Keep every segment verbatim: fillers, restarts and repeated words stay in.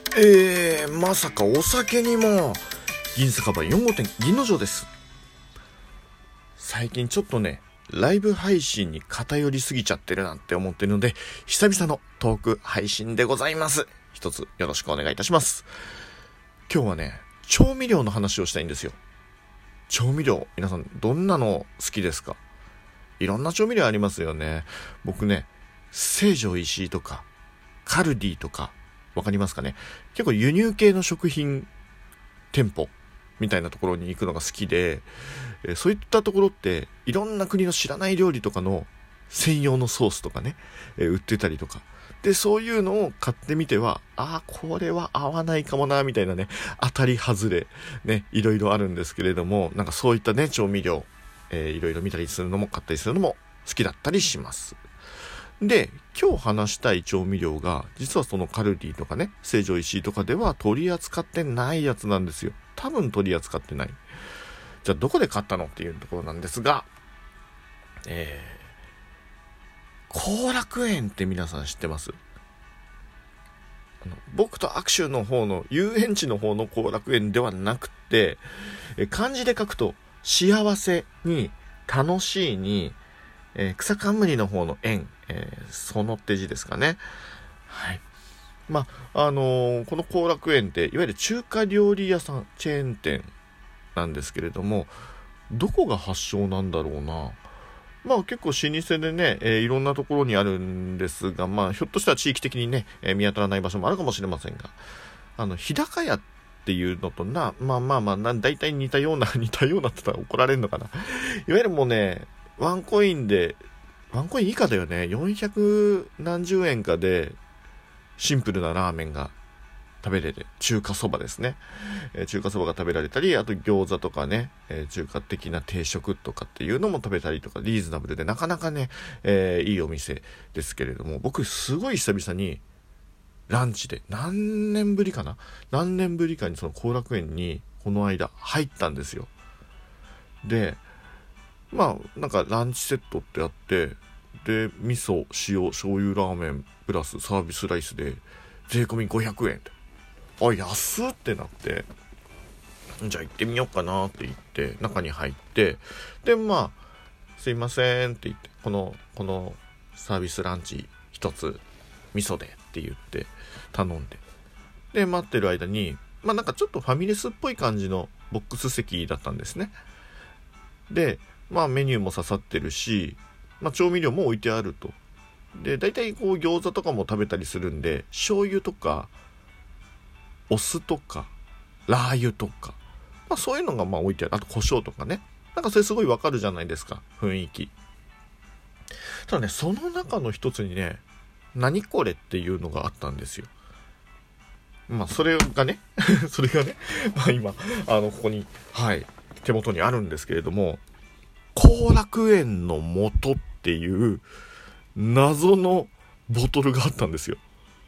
えー、まさかお酒にも銀酒場よん号店銀の城です。最近ちょっとねライブ配信に偏りすぎちゃってるなって思ってるので、久々のトーク配信でございます。一つよろしくお願いいたします。今日はね調味料の話をしたいんですよ。調味料、皆さんどんなの好きですか？いろんな調味料ありますよね。僕ね成城石井とかカルディとかわかりますかね。結構輸入系の食品店舗みたいなところに行くのが好きで、えー、そういったところっていろんな国の知らない料理とかの専用のソースとかね、えー、売ってたりとかで、そういうのを買ってみては、あーこれは合わないかもなみたいなね、当たり外れね、いろいろあるんですけれども、なんかそういったね調味料、えー、いろいろ見たりするのも買ったりするのも好きだったりします。で、今日話したい調味料が実はそのカルディとかね成城石井とかでは取り扱ってないやつなんですよ。多分取り扱ってない。じゃあどこで買ったのっていうところなんですが、えー、後楽園って皆さん知ってます？あの僕と握手の方の遊園地の方の後楽園ではなくて、え漢字で書くと幸せに楽しいに、えー、草冠の方の園、えー、そのって字ですかね。はい。まああのー、この後楽園っていわゆる中華料理屋さんチェーン店なんですけれども、どこが発祥なんだろうな。まあ結構老舗でね、えー、いろんなところにあるんですが、まあひょっとしたら地域的にね、えー、見当たらない場所もあるかもしれませんが、あの日高屋っていうのとな、まあまあまあな大体似たような似たようなって言ったら怒られるのかな。いわゆるもうねワンコインでワンコイン以下だよね、よんひゃく何十円かでシンプルなラーメンが食べれる中華そばですね、えー、中華そばが食べられたり、あと餃子とかね、えー、中華的な定食とかっていうのも食べたりとか、リーズナブルでなかなかね、えー、いいお店ですけれども、僕すごい久々にランチで何年ぶりかな何年ぶりかにその後楽園にこの間入ったんですよ。でまあなんかランチセットってあって、で味噌塩醤油ラーメンプラスサービスライスで税込みごひゃくえんって、あ安っってなって、じゃあ行ってみようかなって言って中に入って、でまあすいませんって言って、このこのサービスランチ一つ味噌でって言って頼んで、で待ってる間にまあなんかちょっとファミレスっぽい感じのボックス席だったんですね。でまあメニューも刺さってるし、まあ調味料も置いてあると。で大体こう餃子とかも食べたりするんで、醤油とかお酢とかラー油とか、まあそういうのがまあ置いてある。あと胡椒とかね、なんかそれすごいわかるじゃないですか、雰囲気。ただねその中の一つにね何これっていうのがあったんですよ。まあそれがねそれがねまあ今あのここにはい手元にあるんですけれども、後楽園の素っていう謎のボトルがあったんですよ。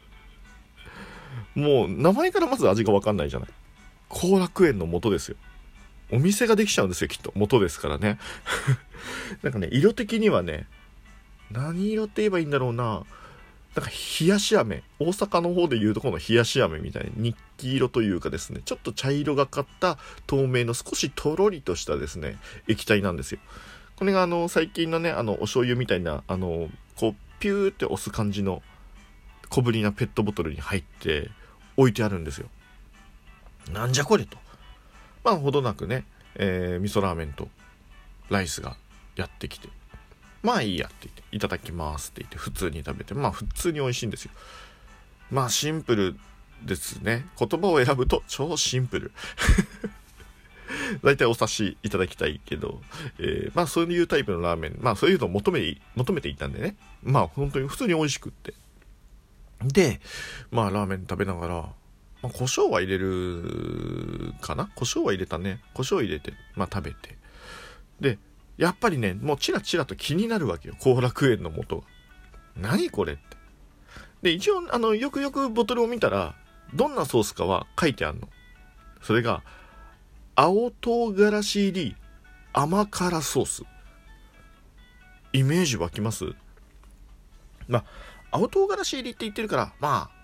もう名前からまず味が分かんないじゃない。後楽園の素ですよ。お店ができちゃうんですよきっと、素ですからねなんかね色的にはね、何色って言えばいいんだろうな、なんか冷やし飴、大阪の方でいうとこの冷やし飴みたいに日記色というかですね、ちょっと茶色がかった透明の少しとろりとしたですね液体なんですよ。これがあの最近のねあのお醤油みたいなあのこうピューって押す感じの小ぶりなペットボトルに入って置いてあるんですよ。なんじゃこれと、まあほどなくね、えー、味噌ラーメンとライスがやってきて、まあいいやって言っていただきますって言って普通に食べて、まあ普通に美味しいんですよ。まあシンプルですね。言葉を選ぶと超シンプルだいたいお察しいただきたいけど、えー、まあそういうタイプのラーメン、まあそういうのを求め求めていたんでね、まあ本当に普通に美味しくって、でまあラーメン食べながら、まあ、胡椒は入れるかな、胡椒は入れたね、胡椒入れてまあ食べて、でやっぱりねもうチラチラと気になるわけよ、後楽園の素が何これって。で一応あのよくよくボトルを見たらどんなソースかは書いてあるの。それが青唐辛子入り甘辛ソース。イメージ湧きます？まあ青唐辛子入りって言ってるから、まあ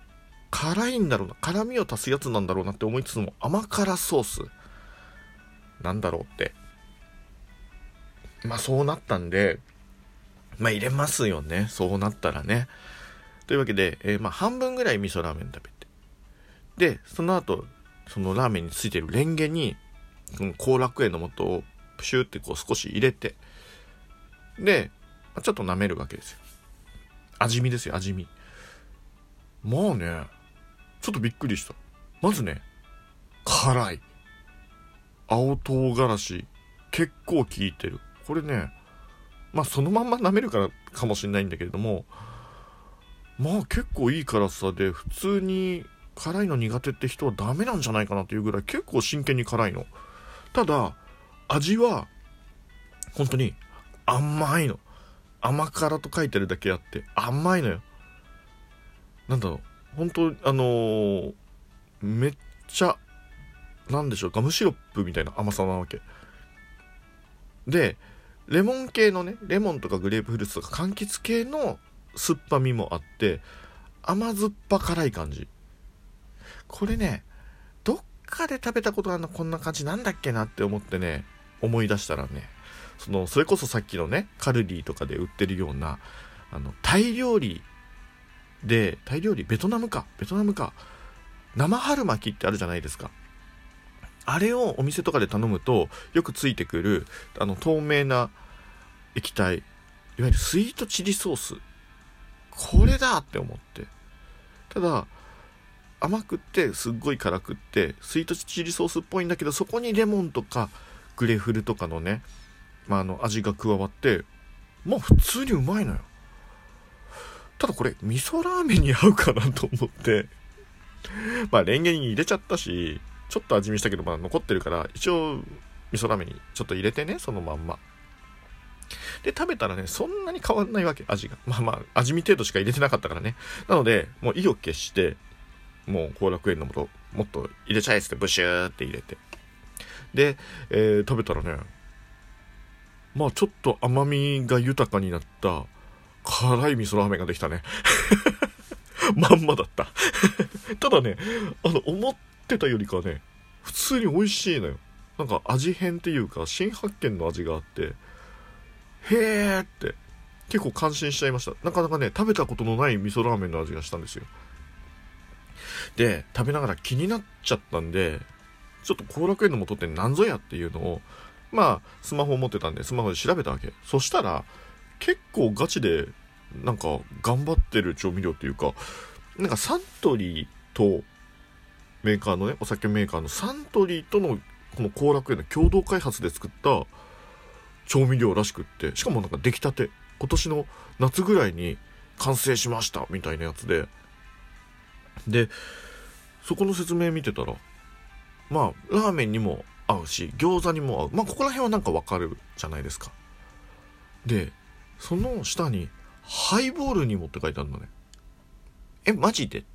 辛いんだろうな、辛みを足すやつなんだろうなって思いつつも、甘辛ソースなんだろうって、まあそうなったんで、まあ入れますよね、そうなったらね。というわけで、えー、まあ半分ぐらい味噌ラーメン食べて、でその後そのラーメンについてるレンゲにこの後楽園の素をプシューってこう少し入れて、でちょっと舐めるわけですよ。味見ですよ、味見。まあね、ちょっとびっくりした。まずね、辛い。青唐辛子結構効いてる。これね、まあそのまんま舐めるからかもしれないんだけれども、まあ結構いい辛さで、普通に辛いの苦手って人はダメなんじゃないかなっていうぐらい結構真剣に辛いの。ただ味は本当に甘いの。甘辛と書いてるだけあって甘いのよ。なんだろう、本当あのー、めっちゃなんでしょう、ガムシロップみたいな甘さなわけで、レモン系のね、レモンとかグレープフルーツとか柑橘系の酸っぱみもあって、甘酸っぱ辛い感じ。これね、どっかで食べたことあるの、こんな感じなんだっけなって思ってね、思い出したらね、そのそれこそさっきのねカルディとかで売ってるようなあのタイ料理で、タイ料理ベトナムかベトナムか生春巻きってあるじゃないですか。あれをお店とかで頼むとよくついてくるあの透明な液体、いわゆるスイートチリソース、これだって思って、ただ甘くってすっごい辛くってスイートチリソースっぽいんだけど、そこにレモンとかグレフルとかのね、まあ、あの味が加わってまあ普通にうまいのよ。ただこれ味噌ラーメンに合うかなと思ってまあレンゲに入れちゃったし、ちょっと味見したけどまあ残ってるから一応味噌ラーメンにちょっと入れてね、そのまんまで食べたらね、そんなに変わんないわけ、味が。まあまあ味見程度しか入れてなかったからね。なのでもう意を決してもう後楽園の素もっと入れちゃえっつってブシューって入れて、で、えー、食べたらね、まあちょっと甘みが豊かになった辛い味噌ラーメンができたねまんまだったただね、あの思ってたよりかね普通に美味しいのよ。なんか味変っていうか新発見の味があって、へーって結構感心しちゃいました。なかなかね食べたことのない味噌ラーメンの味がしたんですよ。で食べながら気になっちゃったんで、ちょっと後楽園の素って何ぞやっていうのをまあスマホを持ってたんでスマホで調べたわけ。そしたら結構ガチでなんか頑張ってる調味料っていうか、なんかサントリーとメーカーのね、お酒メーカーのサントリーとのこの後楽園の共同開発で作った調味料らしくって、しかもなんか出来たて、今年の夏ぐらいに完成しましたみたいなやつで、でそこの説明見てたら、まあラーメンにも合うし餃子にも合う、まあここら辺はなんかわかるじゃないですか。でその下にハイボールにもって書いてあるのね。えマジで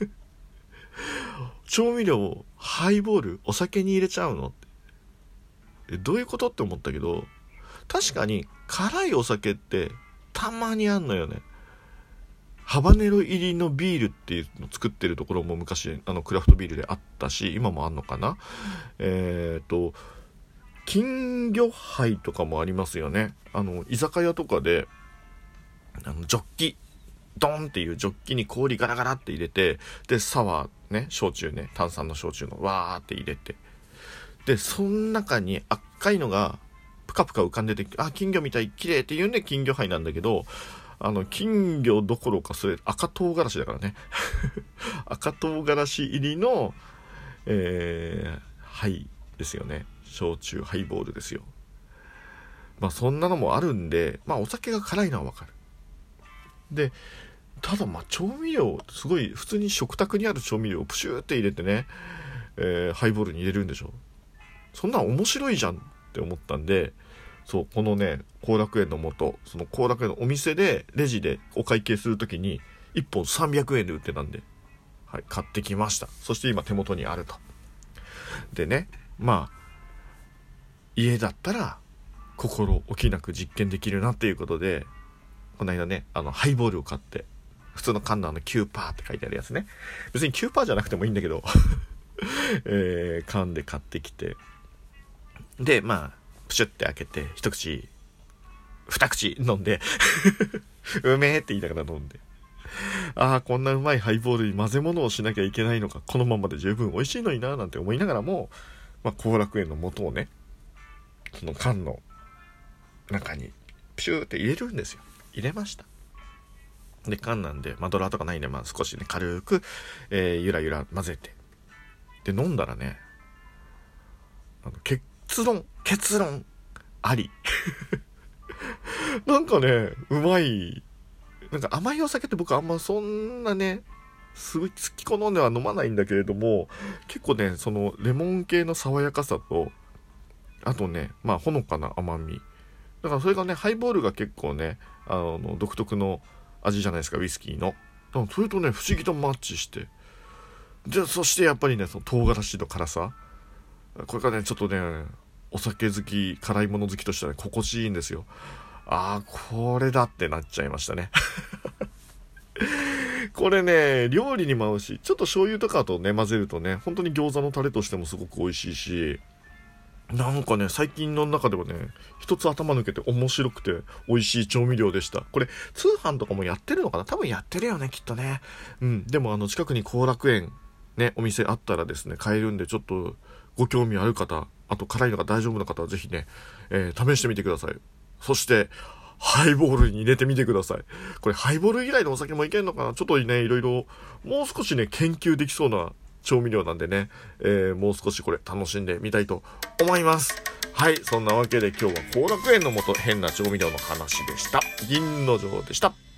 調味料をハイボール、お酒に入れちゃうのってどういうことって思ったけど、確かに辛いお酒ってたまにあんのよね。ハバネロ入りのビールっていうのを作ってるところも昔あのクラフトビールであったし、今もあんのかな。えっと金魚杯とかもありますよね。あの居酒屋とかであのジョッキドンっていうジョッキに氷ガラガラって入れて、でサワーね、焼酎ね、炭酸の焼酎のわーって入れて、でその中に赤いのがプカプカ浮かんでて、あ金魚みたい綺麗っていうんで金魚杯なんだけど、あの金魚どころかそれ赤唐辛子だからね赤唐辛子入りのえー、はいですよね。焼酎ハイボールですよ。まあそんなのもあるんで、まあお酒が辛いのはわかる。でただまあ調味料すごい普通に食卓にある調味料をプシューって入れてね、えー、ハイボールに入れるんでしょ。そんなん面白いじゃんって思ったんで、そうこのね後楽園の素、その後楽園のお店でレジでお会計するときにいっぽんさんびゃくえんで売ってたんで、はい、買ってきました。そして今手元にあると。でね、まあ家だったら心置きなく実験できるなっていうことで、この間ねあのハイボールを買って普通の缶のあの きゅうパーセント って書いてあるやつね。別に きゅうパーセント じゃなくてもいいんだけど、えー、缶で買ってきて、でまあプシュって開けて一口二口飲んでうめえって言いながら飲んで、ああこんなうまいハイボールに混ぜ物をしなきゃいけないのか、このままで十分美味しいのにななんて思いながらも、まあ後楽園の素をねその缶の中にプシューって入れるんですよ。入れました。で缶なんで、まあ、ドラーとかないんで、まあ、少しね軽く、えー、ゆらゆら混ぜて、で飲んだらね、あの結論結論ありなんかねうまい。なんか甘いお酒って僕あんまそんなねすごい好き好んでは飲まないんだけれども、結構ねそのレモン系の爽やかさと、あとねまあほのかな甘みだから、それがねハイボールが結構ねあの独特の味じゃないですか、ウイスキーの。だからそれとね不思議とマッチして、でそしてやっぱりねその唐辛子の辛さ、これがねちょっとねお酒好き辛いもの好きとしてはね心地いいんですよ。あーこれだってなっちゃいましたねこれね料理にも合うし、ちょっと醤油とかとね混ぜるとね本当に餃子のタレとしてもすごく美味しいし、なんかね最近の中ではね一つ頭抜けて面白くて美味しい調味料でした。これ通販とかもやってるのかな、多分やってるよねきっとね。うんでもあの近くに後楽園ねお店あったらですね買えるんで、ちょっとご興味ある方、あと辛いのが大丈夫な方はぜひね、えー、試してみてください。そしてハイボールに入れてみてください。これハイボール以外のお酒もいけんのかな、ちょっとねいろいろもう少しね研究できそうな調味料なんでね、えー、もう少しこれ楽しんでみたいと思います。はい、そんなわけで今日は後楽園の素変な調味料の話でした。銀の城でした。